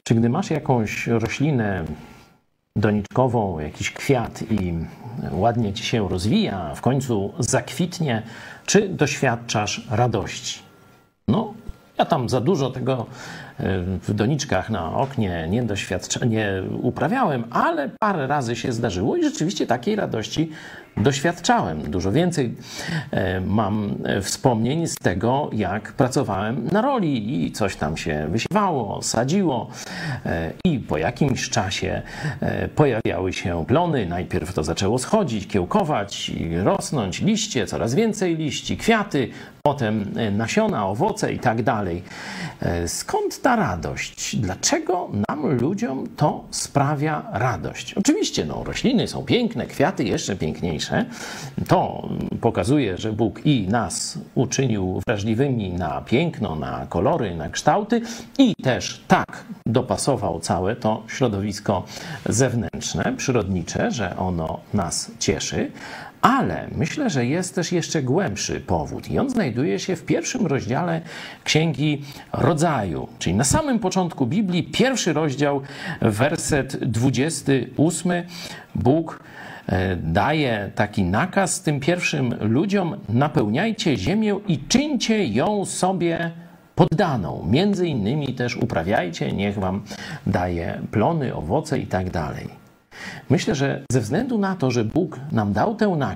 Czy gdy masz jakąś roślinę doniczkową, jakiś kwiat i ładnie ci się rozwija, w końcu zakwitnie, czy doświadczasz radości? No, ja tam za dużo tego w doniczkach na oknie nie uprawiałem, ale parę razy się zdarzyło i rzeczywiście takiej radości doświadczałem. Dużo więcej mam wspomnień z tego, jak pracowałem na roli i coś tam się wysiewało, sadziło i po jakimś czasie pojawiały się plony. Najpierw to zaczęło schodzić, kiełkować, rosnąć, liście, coraz więcej liści, kwiaty, potem nasiona, owoce i tak dalej. Skąd ta radość? Dlaczego nam, ludziom, to sprawia radość? Oczywiście, rośliny są piękne, kwiaty jeszcze piękniejsze. To pokazuje, że Bóg i nas uczynił wrażliwymi na piękno, na kolory, na kształty i też tak dopasował całe to środowisko zewnętrzne, przyrodnicze, że ono nas cieszy. Ale myślę, że jest też jeszcze głębszy powód i on znajduje się w pierwszym rozdziale Księgi Rodzaju, czyli na samym początku Biblii, pierwszy rozdział, werset 28. Bóg daje taki nakaz tym pierwszym ludziom: napełniajcie ziemię i czyńcie ją sobie poddaną. Między innymi też uprawiajcie, niech wam daje plony, owoce i tak dalej. Myślę, że ze względu na to, że Bóg nam dał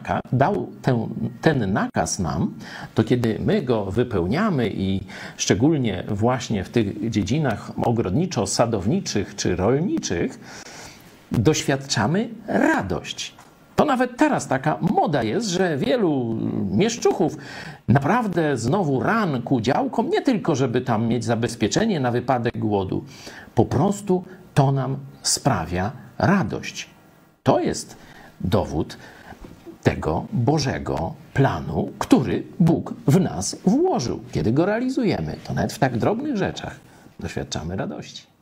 ten nakaz nam, to kiedy my go wypełniamy i szczególnie właśnie w tych dziedzinach ogrodniczo-sadowniczych czy rolniczych, doświadczamy radość. To nawet teraz taka moda jest, że wielu mieszczuchów naprawdę znowu ran ku działkom, nie tylko żeby tam mieć zabezpieczenie na wypadek głodu, po prostu to nam sprawia radość. To jest dowód tego Bożego planu, który Bóg w nas włożył. Kiedy go realizujemy, to nawet w tak drobnych rzeczach doświadczamy radości.